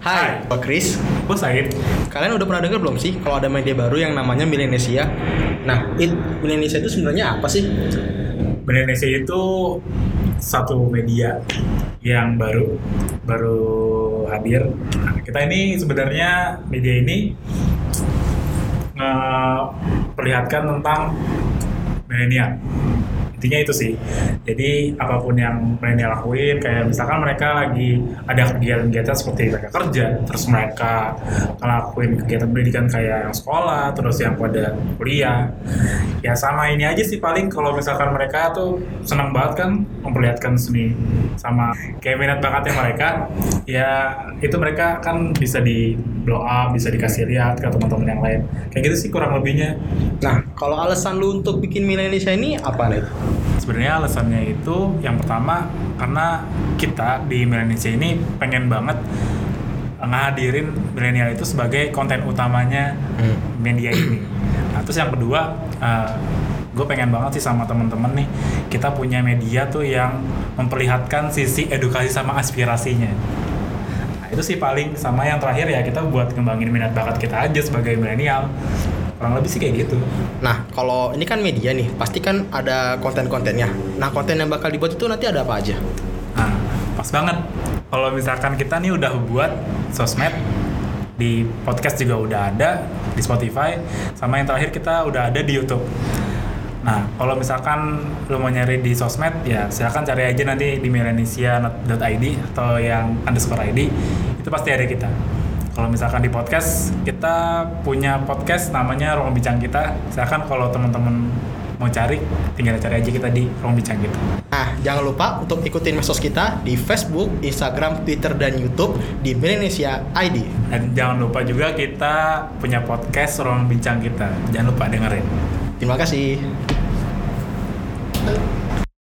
Hai, Pak Kris. Gue Said. Kalian udah pernah dengar belum sih kalau ada media baru yang namanya Millenisia? Nah, Millenisia itu sebenarnya apa sih? Millenisia itu satu media yang baru hadir. Nah, kita ini sebenarnya media ini memperlihatkan tentang milenial. Intinya itu sih. Jadi apapun yang milenial lakuin, kayak misalkan mereka lagi ada kegiatan-kegiatan seperti mereka kerja, terus mereka ngelakuin kegiatan pendidikan kayak yang sekolah, terus yang pada kuliah. Ya sama ini aja sih paling kalau misalkan mereka tuh senang banget kan memperlihatkan seni sama kayak minat bakatnya mereka, ya itu mereka kan bisa di blow up, bisa dikasih lihat ke teman-teman yang lain. Kayak gitu sih kurang lebihnya. Nah, kalau alasan lu untuk bikin Millenisia ini apa nih? Sebenarnya alasannya itu yang pertama karena kita di Millenisia ini pengen banget ngadirin milenial itu sebagai konten utamanya media ini. Nah, terus yang kedua, gue pengen banget sih sama temen-temen nih, kita punya media tuh yang memperlihatkan sisi edukasi sama aspirasinya. Nah, itu sih paling, sama yang terakhir ya kita buat ngembangin minat bakat kita aja sebagai milenial. Kurang lebih sih kayak gitu. Nah, kalau ini kan media nih, pasti kan ada konten-kontennya. Nah, konten yang bakal dibuat itu nanti ada apa aja? Nah, pas banget. Kalau misalkan kita nih udah buat sosmed, di podcast juga udah ada, di Spotify, sama yang terakhir kita udah ada di YouTube. Nah, kalau misalkan lo mau nyari di sosmed, ya silakan cari aja nanti di millenisia.id atau yang _id, itu pasti ada kita. Kalau misalkan di podcast, kita punya podcast namanya Ruang Bincang Kita. Silakan kalau teman-teman mau cari, tinggal cari aja kita di Ruang Bincang Kita. Nah, jangan lupa untuk ikutin medsos kita di Facebook, Instagram, Twitter, dan YouTube di Millenisia ID. Dan jangan lupa juga kita punya podcast Ruang Bincang Kita. Jangan lupa dengerin. Terima kasih.